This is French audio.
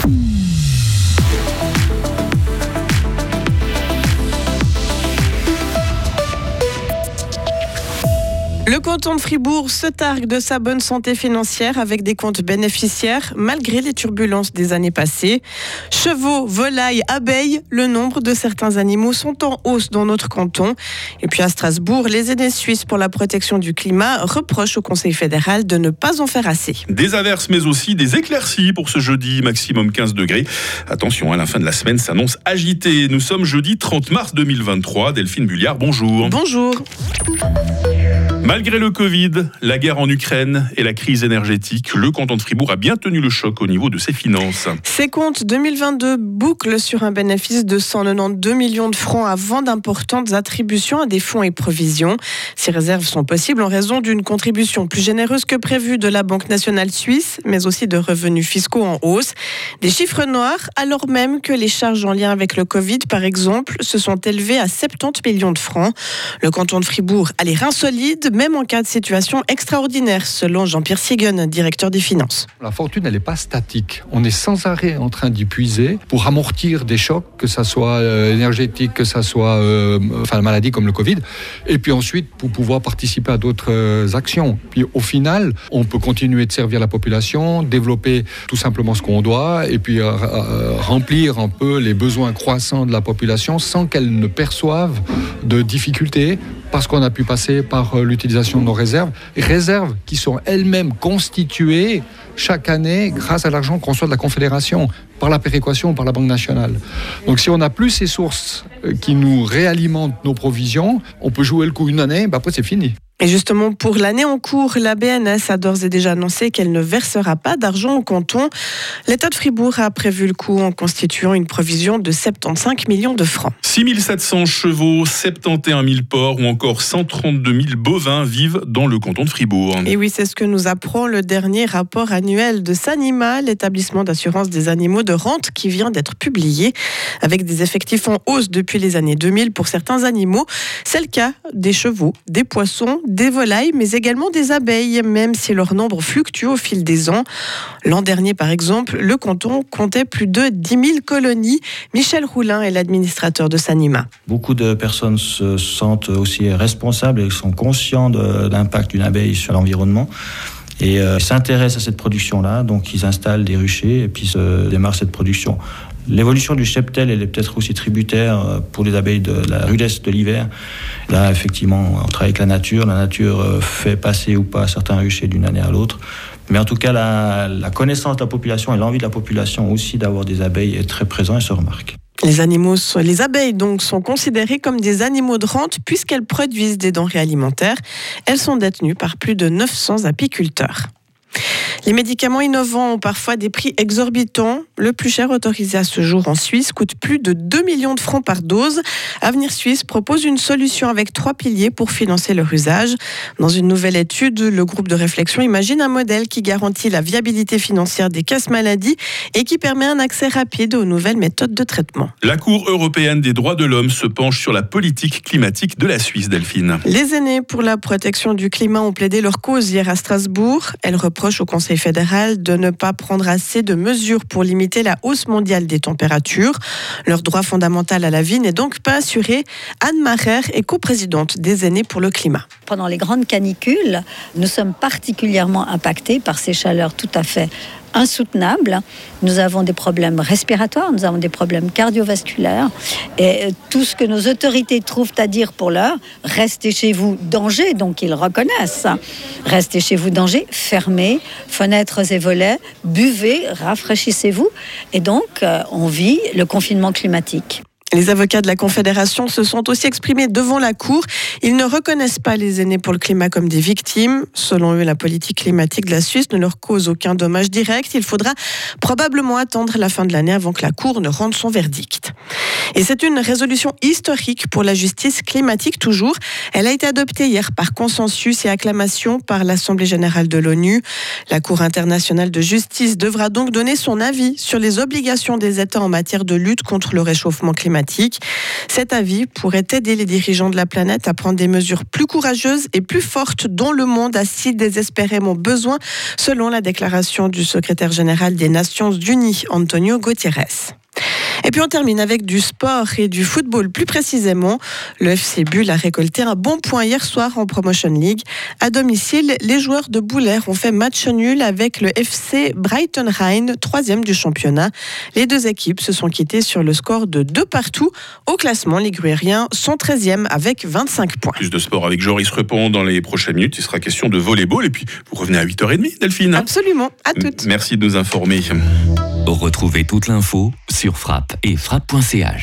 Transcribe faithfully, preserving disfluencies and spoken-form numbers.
Le canton de Fribourg se targue de sa bonne santé financière avec des comptes bénéficiaires malgré les turbulences des années passées. Chevaux, volailles, abeilles, le nombre de certains animaux sont en hausse dans notre canton. Et puis à Strasbourg, les aînés suisses pour la protection du climat reprochent au Conseil fédéral de ne pas en faire assez. Des averses mais aussi des éclaircies pour ce jeudi, maximum quinze degrés. Attention, à la fin de la semaine s'annonce agitée. Nous sommes jeudi trente mars deux mille vingt-trois. Delphine Bulliard, bonjour. Bonjour. Malgré le Covid, la guerre en Ukraine et la crise énergétique, le canton de Fribourg a bien tenu le choc au niveau de ses finances. Ses comptes deux mille vingt-deux bouclent sur un bénéfice de cent quatre-vingt-douze millions de francs avant d'importantes attributions à des fonds et provisions. Ces réserves sont possibles en raison d'une contribution plus généreuse que prévue de la Banque nationale suisse, mais aussi de revenus fiscaux en hausse. Des chiffres noirs, alors même que les charges en lien avec le Covid, par exemple, se sont élevées à soixante-dix millions de francs. Le canton de Fribourg a les reins solides, même en cas de situation extraordinaire, selon Jean-Pierre Siegen, directeur des finances. La fortune, elle n'est pas statique. On est sans arrêt en train d'y puiser pour amortir des chocs, que ça soit euh, énergétique, que ça soit euh, enfin, maladie comme le Covid, et puis ensuite pour pouvoir participer à d'autres euh, actions. Puis au final, on peut continuer de servir la population, développer tout simplement ce qu'on doit, et puis euh, euh, remplir un peu les besoins croissants de la population sans qu'elle ne perçoive de difficultés, parce qu'on a pu passer par l'utilisation de nos réserves, réserves qui sont elles-mêmes constituées chaque année grâce à l'argent qu'on reçoit de la Confédération, par la péréquation ou par la Banque nationale. Donc si on n'a plus ces sources qui nous réalimentent nos provisions, on peut jouer le coup une année, bah après c'est fini. Et justement, pour l'année en cours, la B N S a d'ores et déjà annoncé qu'elle ne versera pas d'argent au canton. L'État de Fribourg a prévu le coup en constituant une provision de soixante-quinze millions de francs. six mille sept cents chevaux, soixante et onze mille porcs ou encore cent trente-deux mille bovins vivent dans le canton de Fribourg. Et oui, c'est ce que nous apprend le dernier rapport annuel de Sanima, l'établissement d'assurance des animaux de rente qui vient d'être publié. Avec des effectifs en hausse depuis les années deux mille pour certains animaux, c'est le cas des chevaux, des poissons, des volailles, mais également des abeilles, même si leur nombre fluctue au fil des ans. L'an dernier, par exemple, le canton comptait plus de dix mille colonies. Michel Roulin est l'administrateur de Sanima. Beaucoup de personnes se sentent aussi responsables et sont conscients de l'impact d'une abeille sur l'environnement. Et euh, s'intéressent à cette production-là, donc ils installent des ruchers et puis se démarrent cette production. L'évolution du cheptel, elle est peut-être aussi tributaire pour les abeilles de la rudesse de l'hiver. Là, effectivement, on travaille avec la nature. La nature fait passer ou pas certains ruchers d'une année à l'autre. Mais en tout cas, la, la connaissance de la population et l'envie de la population aussi d'avoir des abeilles est très présent et se remarque. Les animaux, les abeilles donc sont considérées comme des animaux de rente puisqu'elles produisent des denrées alimentaires. Elles sont détenues par plus de neuf cents apiculteurs. Les médicaments innovants ont parfois des prix exorbitants. Le plus cher autorisé à ce jour en Suisse coûte plus de deux millions de francs par dose. Avenir Suisse propose une solution avec trois piliers pour financer leur usage. Dans une nouvelle étude, le groupe de réflexion imagine un modèle qui garantit la viabilité financière des caisses maladies et qui permet un accès rapide aux nouvelles méthodes de traitement. La Cour européenne des droits de l'homme se penche sur la politique climatique de la Suisse, Delphine. Les aînés pour la protection du climat ont plaidé leur cause hier à Strasbourg. Elles reprochent au Conseil fédéral de ne pas prendre assez de mesures pour limiter la hausse mondiale des températures. Leur droit fondamental à la vie n'est donc pas assuré. Anne Marer est coprésidente des aînés pour le climat. Pendant les grandes canicules, nous sommes particulièrement impactés par ces chaleurs tout à fait insoutenables. Nous avons des problèmes respiratoires, nous avons des problèmes cardiovasculaires et tout ce que nos autorités trouvent à dire pour l'heure, restez chez vous, danger, donc ils reconnaissent. Restez chez vous, danger, fermez fenêtres et volets, buvez, rafraîchissez-vous et donc on vit le confinement climatique. Les avocats de la Confédération se sont aussi exprimés devant la Cour. Ils ne reconnaissent pas les aînés pour le climat comme des victimes. Selon eux, la politique climatique de la Suisse ne leur cause aucun dommage direct. Il faudra probablement attendre la fin de l'année avant que la Cour ne rende son verdict. Et c'est une résolution historique pour la justice climatique toujours. Elle a été adoptée hier par consensus et acclamation par l'Assemblée générale de l'ONU. La Cour internationale de justice devra donc donner son avis sur les obligations des États en matière de lutte contre le réchauffement climatique. climatique. Cet avis pourrait aider les dirigeants de la planète à prendre des mesures plus courageuses et plus fortes dont le monde a si désespérément besoin, selon la déclaration du secrétaire général des Nations Unies, Antonio Guterres. Et puis on termine avec du sport et du football plus précisément. Le F C Bulle a récolté un bon point hier soir en Promotion League. À domicile, les joueurs de Boulaire ont fait match nul avec le F C Brighton Rhine, troisième du championnat. Les deux équipes se sont quittées sur le score de deux partout. Au classement, les Gruériens sont treizième avec vingt-cinq points. Plus de sport avec Joris Repond dans les prochaines minutes. Il sera question de volleyball et puis vous revenez à huit heures trente, Delphine. Absolument, à toutes. Merci de nous informer. Retrouvez toute l'info sur Frappe et frappe point c h.